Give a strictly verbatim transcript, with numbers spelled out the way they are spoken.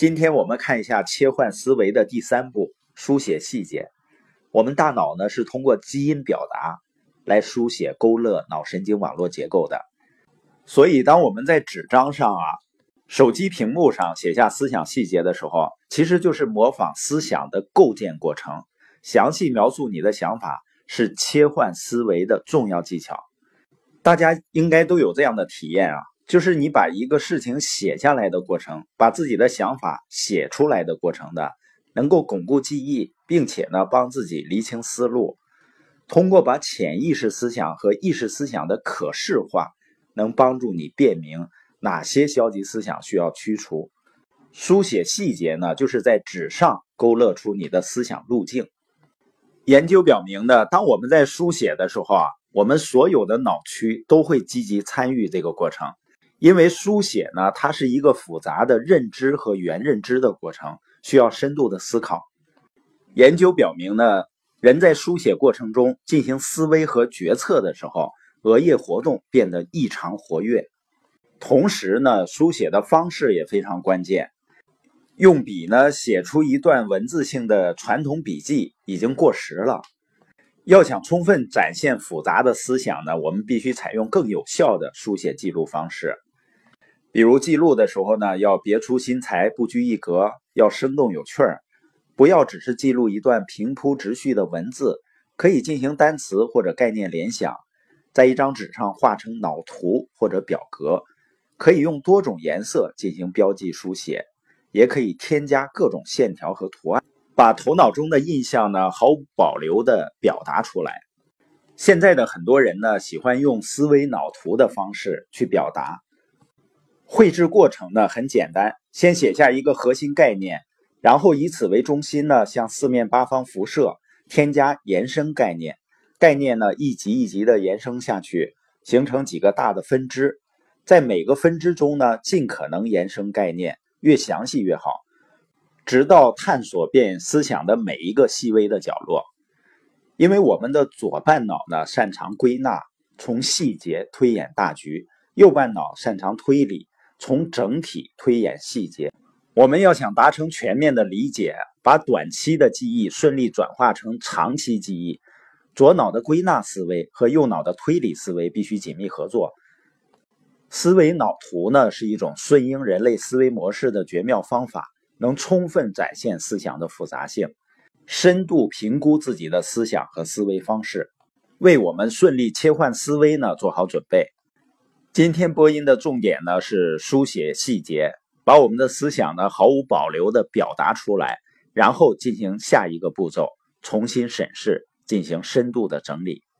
今天我们看一下切换思维的第三步，书写细节。我们大脑呢是通过基因表达来书写勾勒脑神经网络结构的。所以当我们在纸张上啊、手机屏幕上写下思想细节的时候，其实就是模仿思想的构建过程。详细描述你的想法是切换思维的重要技巧。大家应该都有这样的体验啊，就是你把一个事情写下来的过程，把自己的想法写出来的过程的，能够巩固记忆，并且呢帮自己厘清思路。通过把潜意识思想和意识思想的可视化，能帮助你辨明哪些消极思想需要驱除。书写细节呢，就是在纸上勾勒出你的思想路径。研究表明呢，当我们在书写的时候啊，我们所有的脑区都会积极参与这个过程。因为书写呢，它是一个复杂的认知和原认知的过程，需要深度的思考。研究表明呢，人在书写过程中进行思维和决策的时候，额叶活动变得异常活跃。同时呢，书写的方式也非常关键。用笔呢写出一段文字性的传统笔记已经过时了。要想充分展现复杂的思想呢，我们必须采用更有效的书写记录方式。比如记录的时候呢，要别出心裁，不拘一格，要生动有趣儿，不要只是记录一段平铺直叙的文字，可以进行单词或者概念联想，在一张纸上画成脑图或者表格，可以用多种颜色进行标记书写，也可以添加各种线条和图案，把头脑中的印象呢毫无保留地表达出来。现在的很多人呢喜欢用思维脑图的方式去表达。绘制过程呢很简单，先写下一个核心概念，然后以此为中心呢向四面八方辐射，添加延伸概念，概念呢一级一级的延伸下去，形成几个大的分支，在每个分支中呢尽可能延伸概念，越详细越好，直到探索遍思想的每一个细微的角落。因为我们的左半脑呢擅长归纳，从细节推演大局，右半脑擅长推理，从整体推演细节。我们要想达成全面的理解，把短期的记忆顺利转化成长期记忆，左脑的归纳思维和右脑的推理思维必须紧密合作。思维脑图呢是一种顺应人类思维模式的绝妙方法，能充分展现思想的复杂性，深度评估自己的思想和思维方式，为我们顺利切换思维呢做好准备。今天播音的重点呢是书写细节，把我们的思想呢毫无保留地表达出来，然后进行下一个步骤，重新审视，进行深度的整理。